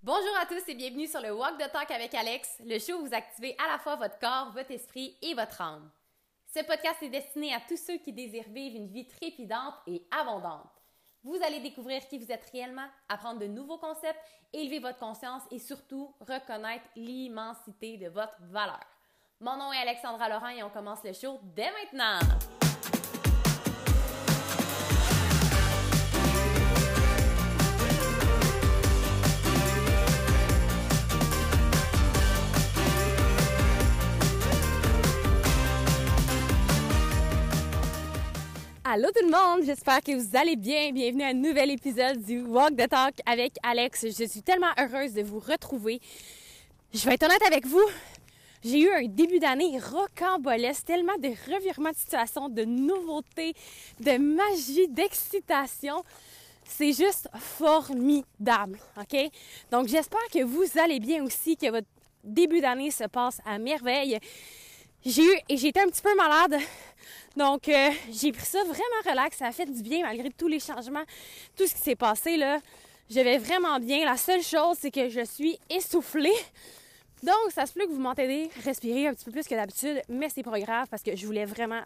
Bonjour à tous et bienvenue sur le Walk the Talk avec Alex, le show où vous activez à la fois votre corps, votre esprit et votre âme. Ce podcast est destiné à tous ceux qui désirent vivre une vie trépidante et abondante. Vous allez découvrir qui vous êtes réellement, apprendre de nouveaux concepts, élever votre conscience et surtout reconnaître l'immensité de votre valeur. Mon nom est Alexandra Laurent et on commence le show dès maintenant! Allô tout le monde, j'espère que vous allez bien. Bienvenue à un nouvel épisode du Walk the Talk avec Alex. Je suis tellement heureuse de vous retrouver. Je vais être honnête avec vous, j'ai eu un début d'année rocambolesque, tellement de revirements de situation, de nouveautés, de magie, d'excitation. C'est juste formidable, OK? Donc j'espère que vous allez bien aussi, que votre début d'année se passe à merveille. J'ai été un petit peu malade, donc j'ai pris ça vraiment relax, ça a fait du bien malgré tous les changements, tout ce qui s'est passé là. Je vais vraiment bien, la seule chose c'est que je suis essoufflée, donc ça se peut que vous m'entendez respirer un petit peu plus que d'habitude, mais c'est pas grave parce que je voulais vraiment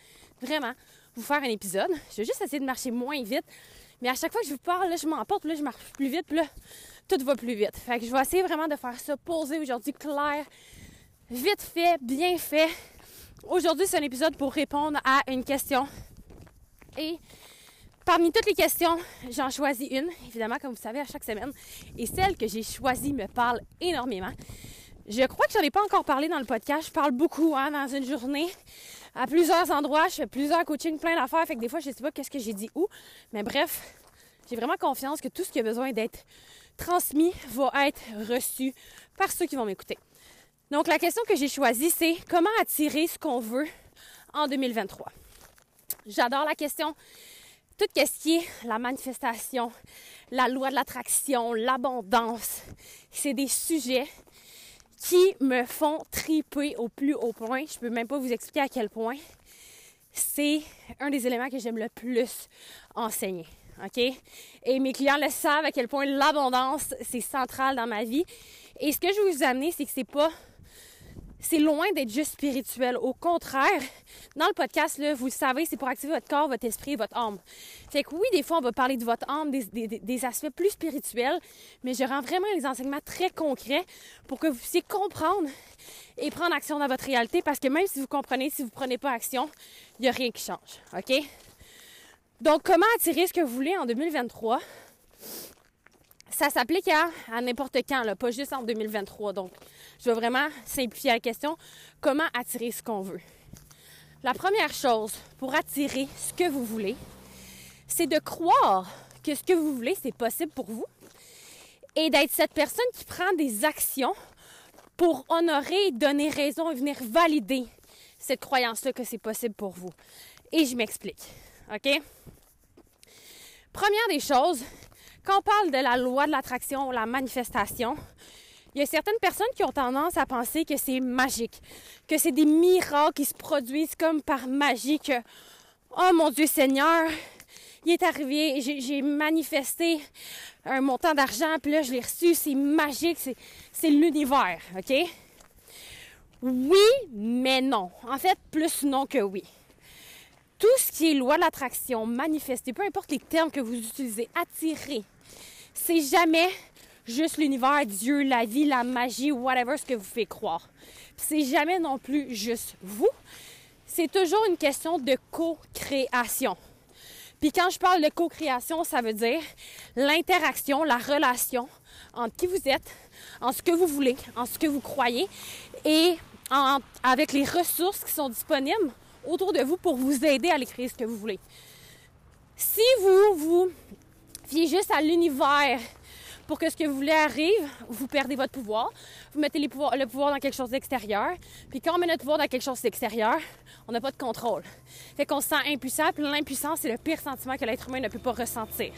vous faire un épisode. Je vais juste essayer de marcher moins vite, mais à chaque fois que je vous parle, là, je m'emporte, là je marche plus vite, puis là tout va plus vite. Fait que je vais essayer vraiment de faire ça posé aujourd'hui, clair, vite fait, bien fait. Aujourd'hui, c'est un épisode pour répondre à une question. Et parmi toutes les questions, j'en choisis une, évidemment, comme vous savez, à chaque semaine. Et celle que j'ai choisie me parle énormément. Je crois que j'en ai pas encore parlé dans le podcast. Je parle beaucoup dans une journée, à plusieurs endroits. Je fais plusieurs coachings, plein d'affaires. Fait que des fois, je sais pas qu'est-ce que j'ai dit où. Mais bref, j'ai vraiment confiance que tout ce qui a besoin d'être transmis va être reçu par ceux qui vont m'écouter. Donc, la question que j'ai choisie, c'est comment attirer ce qu'on veut en 2023? J'adore la question. Tout ce qui est la manifestation, la loi de l'attraction, l'abondance, c'est des sujets qui me font triper au plus haut point. Je peux même pas vous expliquer à quel point. C'est un des éléments que j'aime le plus enseigner. OK? Et mes clients le savent à quel point l'abondance, c'est central dans ma vie. Et ce que je vais vous amener, c'est que c'est loin d'être juste spirituel. Au contraire, dans le podcast, là, vous le savez, c'est pour activer votre corps, votre esprit et votre âme. Fait que oui, des fois, on va parler de votre âme, des aspects plus spirituels, mais je rends vraiment les enseignements très concrets pour que vous puissiez comprendre et prendre action dans votre réalité, parce que même si vous comprenez, si vous ne prenez pas action, il n'y a rien qui change. OK? Donc, comment attirer ce que vous voulez en 2023? Ça s'applique à n'importe quand, là, pas juste en 2023. Donc, je vais vraiment simplifier la question. Comment attirer ce qu'on veut? La première chose pour attirer ce que vous voulez, c'est de croire que ce que vous voulez, c'est possible pour vous et d'être cette personne qui prend des actions pour honorer, donner raison et venir valider cette croyance-là que c'est possible pour vous. Et je m'explique. OK? Première des choses, quand on parle de la loi de l'attraction, la manifestation, il y a certaines personnes qui ont tendance à penser que c'est magique, que c'est des miracles qui se produisent comme par magie, que « Oh mon Dieu Seigneur, il est arrivé, j'ai manifesté un montant d'argent, puis là je l'ai reçu, c'est magique, c'est l'univers, OK? » Oui, mais non. En fait, plus non que oui. Tout ce qui est loi de l'attraction, manifester, peu importe les termes que vous utilisez, attirer, c'est jamais juste l'univers, Dieu, la vie, la magie, whatever ce que vous fait croire. C'est jamais non plus juste vous. C'est toujours une question de co-création. Puis quand je parle de co-création, ça veut dire l'interaction, la relation entre qui vous êtes, en ce que vous voulez, en ce que vous croyez et avec les ressources qui sont disponibles autour de vous pour vous aider à aller créer ce que vous voulez. Si vous fiez juste à l'univers pour que ce que vous voulez arrive, vous perdez votre pouvoir. Vous mettez le pouvoir dans quelque chose d'extérieur. Puis quand on met notre pouvoir dans quelque chose d'extérieur, on n'a pas de contrôle. Fait qu'on se sent impuissant. Puis l'impuissance, c'est le pire sentiment que l'être humain ne peut pas ressentir.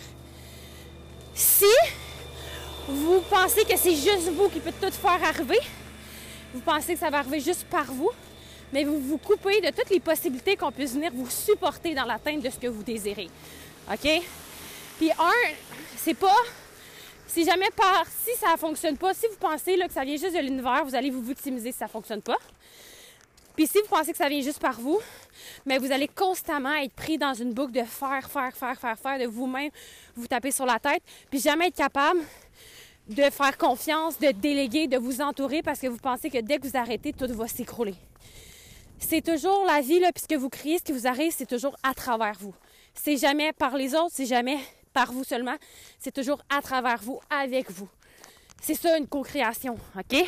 Si vous pensez que c'est juste vous qui peut tout faire arriver, vous pensez que ça va arriver juste par vous, mais vous vous coupez de toutes les possibilités qu'on puisse venir vous supporter dans l'atteinte de ce que vous désirez. OK? Puis c'est Si ça ne fonctionne pas, si vous pensez là, que ça vient juste de l'univers, vous allez vous victimiser si ça ne fonctionne pas. Puis si vous pensez que ça vient juste par vous, mais vous allez constamment être pris dans une boucle de faire, de vous-même, vous taper sur la tête, puis jamais être capable de faire confiance, de déléguer, de vous entourer parce que vous pensez que dès que vous arrêtez, tout va s'écrouler. C'est toujours la vie, là, puis ce que vous criez, ce qui vous arrive, c'est toujours à travers vous. C'est jamais par les autres, c'est jamais par vous seulement, c'est toujours à travers vous, avec vous. C'est ça une co-création, OK?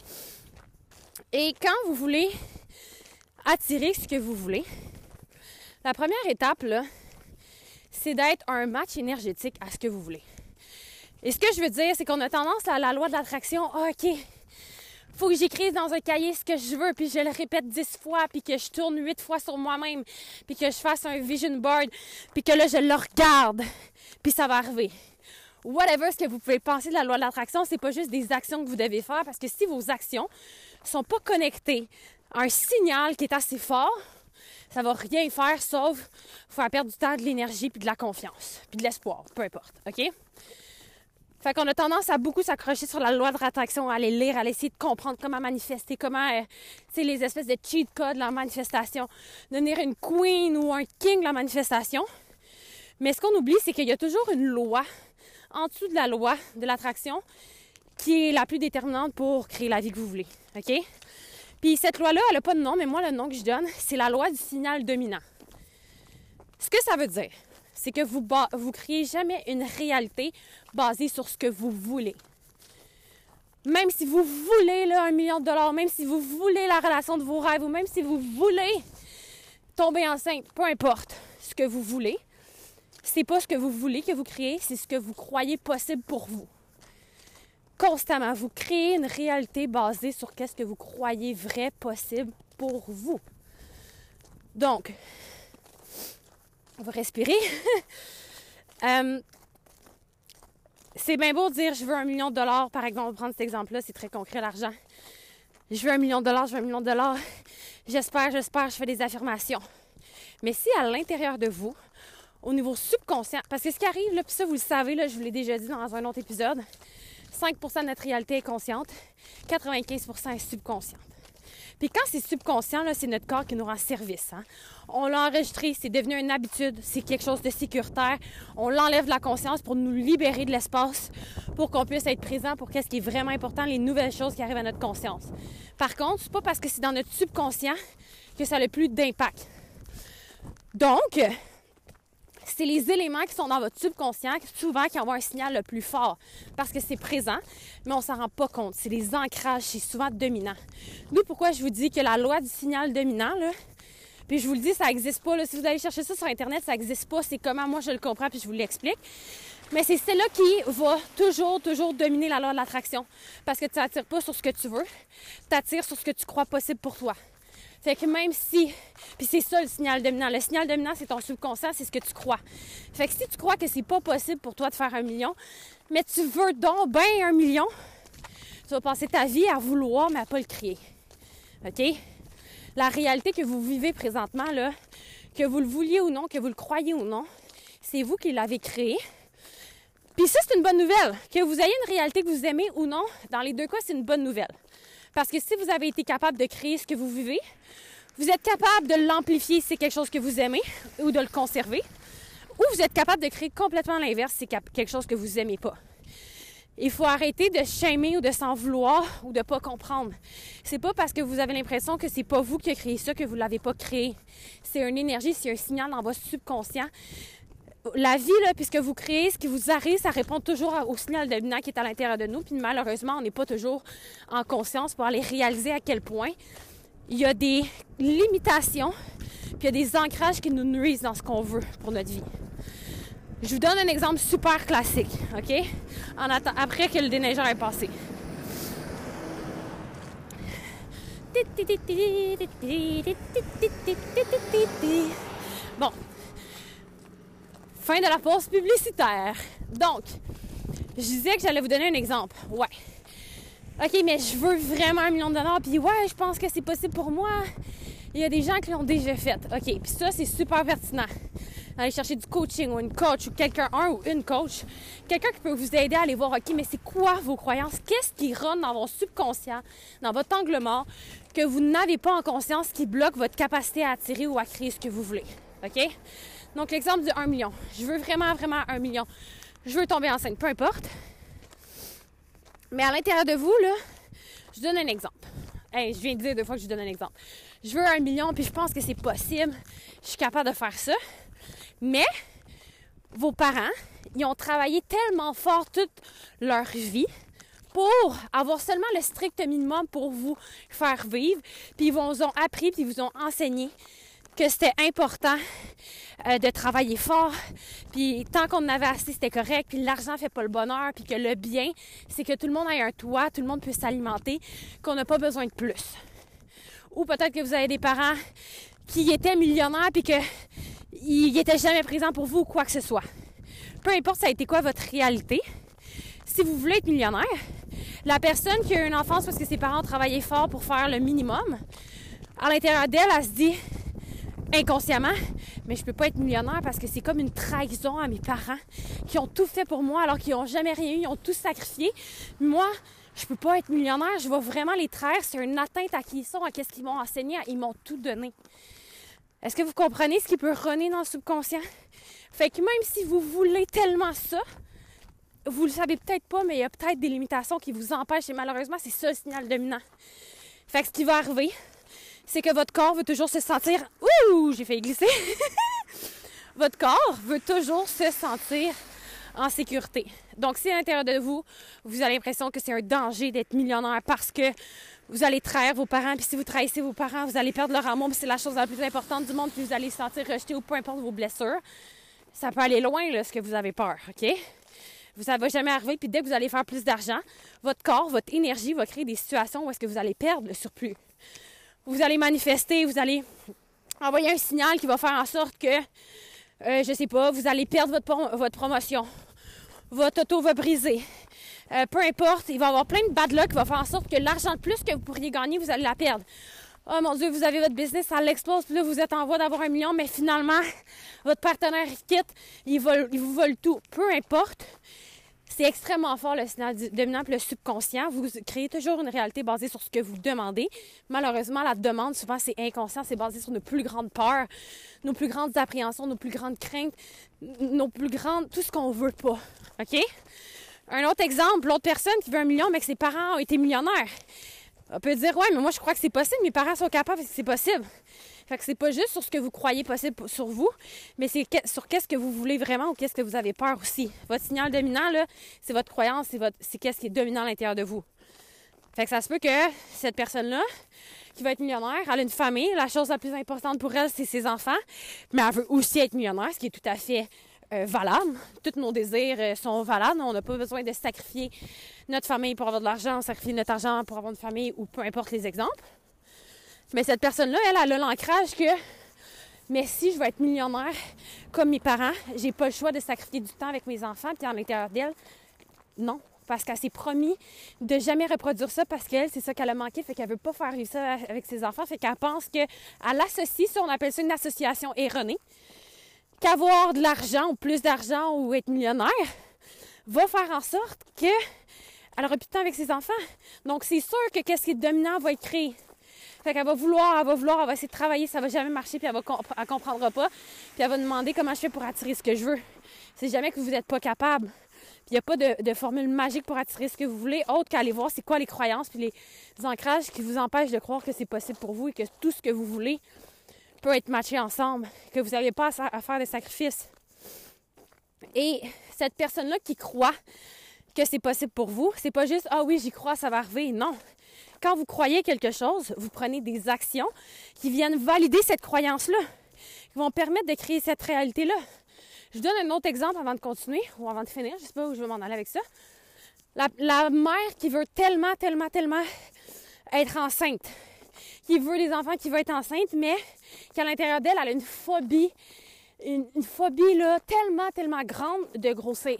Et quand vous voulez attirer ce que vous voulez, la première étape, là, c'est d'être un match énergétique à ce que vous voulez. Et ce que je veux dire, c'est qu'on a tendance à la loi de l'attraction. Ah, OK, faut que j'écrive dans un cahier ce que je veux, puis je le répète 10 fois, puis que je tourne 8 fois sur moi-même, puis que je fasse un vision board, puis que là, je le regarde, puis ça va arriver. Whatever ce que vous pouvez penser de la loi de l'attraction, c'est pas juste des actions que vous devez faire, parce que si vos actions sont pas connectées à un signal qui est assez fort, ça va rien faire sauf faire perdre du temps, de l'énergie, puis de la confiance, puis de l'espoir, peu importe, OK? Fait qu'on a tendance à beaucoup s'accrocher sur la loi de l'attraction, à aller lire, à essayer de comprendre comment manifester, comment, les espèces de cheat codes de la manifestation, devenir une queen ou un king de la manifestation. Mais ce qu'on oublie, c'est qu'il y a toujours une loi en dessous de la loi de l'attraction qui est la plus déterminante pour créer la vie que vous voulez, OK? Puis cette loi-là, elle n'a pas de nom, mais moi, le nom que je donne, c'est la loi du signal dominant. Ce que ça veut dire, c'est que vous créez jamais une réalité basée sur ce que vous voulez. Même si vous voulez là, 1 million de dollars, même si vous voulez la relation de vos rêves, ou même si vous voulez tomber enceinte, peu importe ce que vous voulez, c'est pas ce que vous voulez que vous créez, c'est ce que vous croyez possible pour vous. Constamment, vous créez une réalité basée sur qu'est-ce que vous croyez vrai, possible pour vous. Donc, on va respirer. C'est bien beau de dire je veux 1 million de dollars, par exemple, on va prendre cet exemple-là, c'est très concret, l'argent. Je veux 1 million de dollars, je veux 1 million de dollars. J'espère, je fais des affirmations. Mais si à l'intérieur de vous, au niveau subconscient, parce que ce qui arrive, là, puis ça vous le savez, là, je vous l'ai déjà dit dans un autre épisode, 5% de notre réalité est consciente, 95% est subconsciente. Puis quand c'est subconscient, là, c'est notre corps qui nous rend service. Hein? On l'a enregistré, c'est devenu une habitude, c'est quelque chose de sécuritaire. On l'enlève de la conscience pour nous libérer de l'espace, pour qu'on puisse être présent pour qu'est-ce qui est vraiment important, les nouvelles choses qui arrivent à notre conscience. Par contre, c'est pas parce que c'est dans notre subconscient que ça a le plus d'impact. Donc, c'est les éléments qui sont dans votre subconscient souvent qui envoient un signal le plus fort parce que c'est présent, mais on s'en rend pas compte. C'est les ancrages, c'est souvent dominant. D'où pourquoi je vous dis que la loi du signal dominant, là, puis je vous le dis, ça n'existe pas. Là. Si vous allez chercher ça sur Internet, ça n'existe pas. C'est comment moi je le comprends puis je vous l'explique. Mais c'est celle-là qui va toujours dominer la loi de l'attraction parce que tu n'attires pas sur ce que tu veux, tu attires sur ce que tu crois possible pour toi. Fait que même si... Puis c'est ça le signal dominant. Le signal dominant, c'est ton subconscient, c'est ce que tu crois. Fait que si tu crois que c'est pas possible pour toi de faire 1 million, mais tu veux donc bien 1 million, tu vas passer ta vie à vouloir, mais à pas le créer. OK? La réalité que vous vivez présentement, là, que vous le vouliez ou non, que vous le croyez ou non, c'est vous qui l'avez créé. Puis ça, c'est une bonne nouvelle. Que vous ayez une réalité que vous aimez ou non, dans les deux cas, c'est une bonne nouvelle. Parce que si vous avez été capable de créer ce que vous vivez, vous êtes capable de l'amplifier si c'est quelque chose que vous aimez ou de le conserver. Ou vous êtes capable de créer complètement l'inverse si c'est quelque chose que vous n'aimez pas. Il faut arrêter de shamer ou de s'en vouloir ou de ne pas comprendre. C'est pas parce que vous avez l'impression que c'est pas vous qui avez créé ça que vous ne l'avez pas créé. C'est une énergie, c'est un signal dans votre subconscient. La vie, là, puisque vous créez, ce qui vous arrive, ça répond toujours au signal dominant qui est à l'intérieur de nous. Puis malheureusement, on n'est pas toujours en conscience pour aller réaliser à quel point il y a des limitations, puis il y a des ancrages qui nous nuisent dans ce qu'on veut pour notre vie. Je vous donne un exemple super classique, OK? Après que le déneigeur est passé. Bon. Fin de la pause publicitaire. Donc, je disais que j'allais vous donner un exemple. Ouais. OK, mais je veux vraiment 1 million de dollars. Puis ouais, je pense que c'est possible pour moi. Il y a des gens qui l'ont déjà fait. OK, puis ça, c'est super pertinent. d'aller chercher du coaching ou une coach ou un ou une coach, quelqu'un qui peut vous aider à aller voir, OK, mais c'est quoi vos croyances? Qu'est-ce qui rentre dans votre subconscient, dans votre angle mort, que vous n'avez pas en conscience, qui bloque votre capacité à attirer ou à créer ce que vous voulez? OK? Donc, l'exemple du 1 million. Je veux vraiment, vraiment 1 million. Je veux tomber enceinte, peu importe. Mais à l'intérieur de vous, là, je donne un exemple. Hey, je viens de dire 2 fois que je donne un exemple. Je veux 1 million, puis je pense que c'est possible. Je suis capable de faire ça. Mais vos parents, ils ont travaillé tellement fort toute leur vie pour avoir seulement le strict minimum pour vous faire vivre. Puis ils vous ont appris, puis ils vous ont enseigné que c'était important de travailler fort. Puis tant qu'on en avait assez, c'était correct. Puis l'argent fait pas le bonheur. Puis que le bien, c'est que tout le monde ait un toit, tout le monde puisse s'alimenter, qu'on n'a pas besoin de plus. Ou peut-être que vous avez des parents qui étaient millionnaires puis qu'ils n'étaient jamais présents pour vous ou quoi que ce soit. Peu importe ça a été quoi votre réalité, si vous voulez être millionnaire, la personne qui a eu une enfance parce que ses parents ont travaillé fort pour faire le minimum, à l'intérieur d'elle, elle se dit inconsciemment, mais je peux pas être millionnaire parce que c'est comme une trahison à mes parents qui ont tout fait pour moi alors qu'ils n'ont jamais rien eu, ils ont tout sacrifié. Moi, je peux pas être millionnaire, je vais vraiment les trahir. C'est une atteinte à qui ils sont, à qu'est-ce qu'ils m'ont enseigné, ils m'ont tout donné. Est-ce que vous comprenez ce qui peut runner dans le subconscient? Fait que même si vous voulez tellement ça, vous le savez peut-être pas, mais il y a peut-être des limitations qui vous empêchent et malheureusement, c'est ça le signal dominant. Fait que ce qui va arriver, c'est que votre corps veut toujours se sentir... Ouh! J'ai failli glisser! Votre corps veut toujours se sentir en sécurité. Donc, si à l'intérieur de vous, vous avez l'impression que c'est un danger d'être millionnaire parce que vous allez trahir vos parents, puis si vous trahissez vos parents, vous allez perdre leur amour, puis c'est la chose la plus importante du monde, puis vous allez se sentir rejeté ou peu importe vos blessures, ça peut aller loin, là, ce que vous avez peur, OK? Ça ne va jamais arriver, puis dès que vous allez faire plus d'argent, votre corps, votre énergie va créer des situations où est-ce que vous allez perdre le surplus. Vous allez manifester, vous allez envoyer un signal qui va faire en sorte que, je sais pas, vous allez perdre votre promotion. Votre auto va briser. Peu importe, il va y avoir plein de bad luck qui va faire en sorte que l'argent de plus que vous pourriez gagner, vous allez la perdre. Oh mon Dieu, vous avez votre business, ça l'explose, puis là, vous êtes en voie d'avoir 1 million, mais finalement, votre partenaire quitte, il vous vole tout. Peu importe, c'est extrêmement fort le signal dominant puis le subconscient. Vous créez toujours une réalité basée sur ce que vous demandez. Malheureusement, la demande, souvent, c'est inconscient. C'est basé sur nos plus grandes peurs, nos plus grandes appréhensions, nos plus grandes craintes, tout ce qu'on veut pas. OK? Un autre exemple, l'autre personne qui veut 1 million, mais que ses parents ont été millionnaires. On peut dire, ouais, mais moi, je crois que c'est possible. Mes parents sont capables et que c'est possible. Fait que c'est pas juste sur ce que vous croyez possible sur vous, mais c'est sur qu'est-ce que vous voulez vraiment ou qu'est-ce que vous avez peur aussi. Votre signal dominant, là, c'est votre croyance, c'est qu'est-ce qui est dominant à l'intérieur de vous. Fait que ça se peut que cette personne-là, qui va être millionnaire, elle a une famille. La chose la plus importante pour elle, c'est ses enfants. Mais elle veut aussi être millionnaire, ce qui est tout à fait valable. Tous nos désirs sont valables. On n'a pas besoin de sacrifier notre famille pour avoir de l'argent, sacrifier notre argent pour avoir une famille ou peu importe les exemples. Mais cette personne-là, elle a l'ancrage que mais si je veux être millionnaire comme mes parents, j'ai pas le choix de sacrifier du temps avec mes enfants. Puis à l'intérieur d'elle, non. Parce qu'elle s'est promis de jamais reproduire ça parce qu'elle, c'est ça qu'elle a manqué. Fait qu'elle veut pas faire vivre ça avec ses enfants. Fait qu'elle pense qu'elle associe, ça on appelle ça une association erronée, qu'avoir de l'argent ou plus d'argent ou être millionnaire va faire en sorte qu'elle aura plus de temps avec ses enfants. Donc c'est sûr que qu'est-ce qui est dominant va être créé. Fait qu'elle va vouloir, elle va essayer de travailler, ça va jamais marcher, puis elle comprendra pas. Puis elle va demander comment je fais pour attirer ce que je veux. C'est jamais que vous n'êtes pas capable. Puis il n'y a pas de formule magique pour attirer ce que vous voulez, autre qu'aller voir c'est quoi les croyances puis les ancrages qui vous empêchent de croire que c'est possible pour vous et que tout ce que vous voulez peut être matché ensemble, que vous n'avez pas à faire de sacrifices. Et cette personne-là qui croit que c'est possible pour vous, c'est pas juste « Ah oui, j'y crois, ça va arriver ». Non. Quand vous croyez quelque chose, vous prenez des actions qui viennent valider cette croyance-là, qui vont permettre de créer cette réalité-là. Je vous donne un autre exemple avant de continuer ou avant de finir. Je ne sais pas où je vais m'en aller avec ça. La mère qui veut tellement être enceinte, qui veut des enfants, qui veut être enceinte, mais qu'à l'intérieur d'elle, elle a une phobie là, tellement grande de grossir.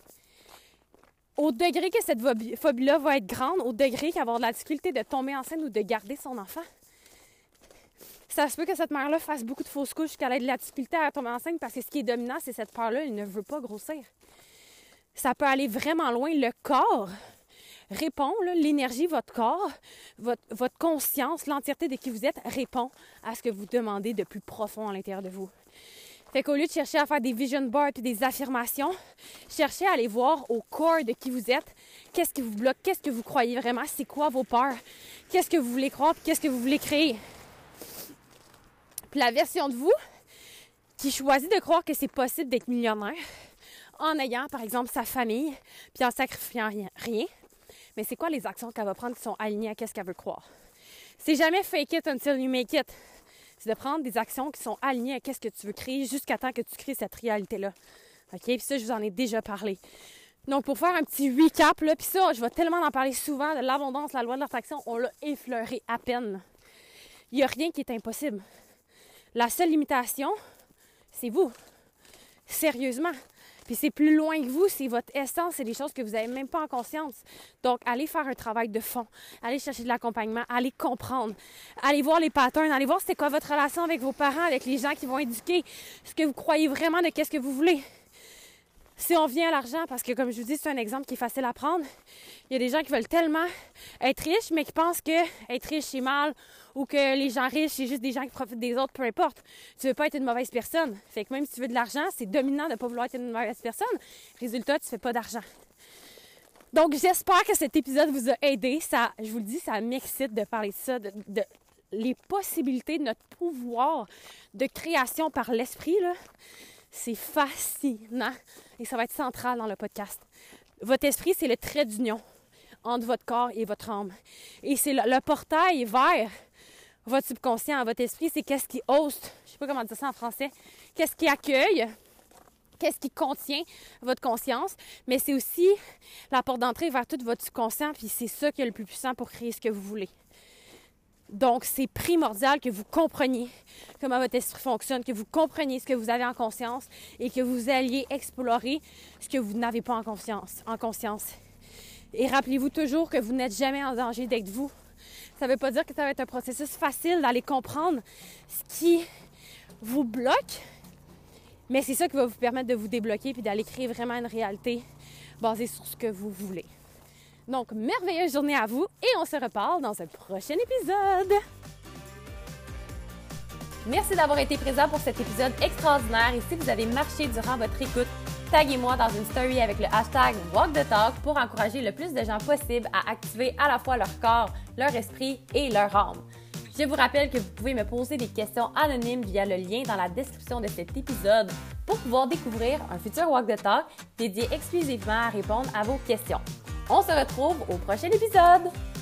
Au degré que cette phobie-là va être grande, au degré qu'elle va avoir de la difficulté de tomber enceinte ou de garder son enfant, ça se peut que cette mère-là fasse beaucoup de fausses couches, qu'elle ait de la difficulté à tomber enceinte parce que ce qui est dominant, c'est cette peur-là, elle ne veut pas grossir. Ça peut aller vraiment loin. Le corps répond, là, l'énergie, votre corps, votre conscience, l'entièreté de qui vous êtes répond à ce que vous demandez de plus profond à l'intérieur de vous. Fait qu'au lieu de chercher à faire des vision boards et des affirmations, cherchez à aller voir au corps de qui vous êtes, qu'est-ce qui vous bloque, qu'est-ce que vous croyez vraiment, c'est quoi vos peurs, qu'est-ce que vous voulez croire, puis qu'est-ce que vous voulez créer. Puis la version de vous qui choisit de croire que c'est possible d'être millionnaire en ayant, par exemple, sa famille, puis en sacrifiant rien, mais c'est quoi les actions qu'elle va prendre qui sont alignées à ce qu'elle veut croire? C'est jamais fake it until you make it. C'est de prendre des actions qui sont alignées à ce que tu veux créer jusqu'à temps que tu crées cette réalité-là. OK? Puis ça, je vous en ai déjà parlé. Donc, pour faire un petit recap, là, puis ça, je vais tellement en parler souvent, de l'abondance, la loi de l'attraction, on l'a effleuré à peine. Il n'y a rien qui est impossible. La seule limitation, c'est vous. Sérieusement. Puis c'est plus loin que vous, c'est votre essence, c'est des choses que vous n'avez même pas en conscience. Donc, allez faire un travail de fond, allez chercher de l'accompagnement, allez comprendre, allez voir les patterns, allez voir c'est quoi votre relation avec vos parents, avec les gens qui vont éduquer, ce que vous croyez vraiment de qu'est-ce que vous voulez. Si on vient à l'argent, parce que comme je vous dis, c'est un exemple qui est facile à prendre, il y a des gens qui veulent tellement être riches, mais qui pensent que être riche, c'est mal, ou que les gens riches, c'est juste des gens qui profitent des autres, peu importe. Tu veux pas être une mauvaise personne. Fait que même si tu veux de l'argent, c'est dominant de ne pas vouloir être une mauvaise personne. Résultat, tu fais pas d'argent. Donc, j'espère que cet épisode vous a aidé. Ça, je vous le dis, ça m'excite de parler de ça, de les possibilités de notre pouvoir de création par l'esprit, là. C'est fascinant et ça va être central dans le podcast. Votre esprit, c'est le trait d'union entre votre corps et votre âme. Et c'est le portail vers votre subconscient, votre esprit, c'est qu'est-ce qui hoste, je ne sais pas comment dire ça en français, qu'est-ce qui accueille, qu'est-ce qui contient votre conscience, mais c'est aussi la porte d'entrée vers tout votre subconscient, puis c'est ça qui est le plus puissant pour créer ce que vous voulez. Donc, c'est primordial que vous compreniez comment votre esprit fonctionne, que vous compreniez ce que vous avez en conscience et que vous alliez explorer ce que vous n'avez pas en conscience. Et rappelez-vous toujours que vous n'êtes jamais en danger d'être vous. Ça ne veut pas dire que ça va être un processus facile d'aller comprendre ce qui vous bloque, mais c'est ça qui va vous permettre de vous débloquer puis d'aller créer vraiment une réalité basée sur ce que vous voulez. Donc, merveilleuse journée à vous et on se reparle dans un prochain épisode. Merci d'avoir été présent pour cet épisode extraordinaire et si vous avez marché durant votre écoute, taguez-moi dans une story avec le hashtag WalkTheTalk pour encourager le plus de gens possible à activer à la fois leur corps, leur esprit et leur âme. Je vous rappelle que vous pouvez me poser des questions anonymes via le lien dans la description de cet épisode pour pouvoir découvrir un futur WalkTheTalk dédié exclusivement à répondre à vos questions. On se retrouve au prochain épisode!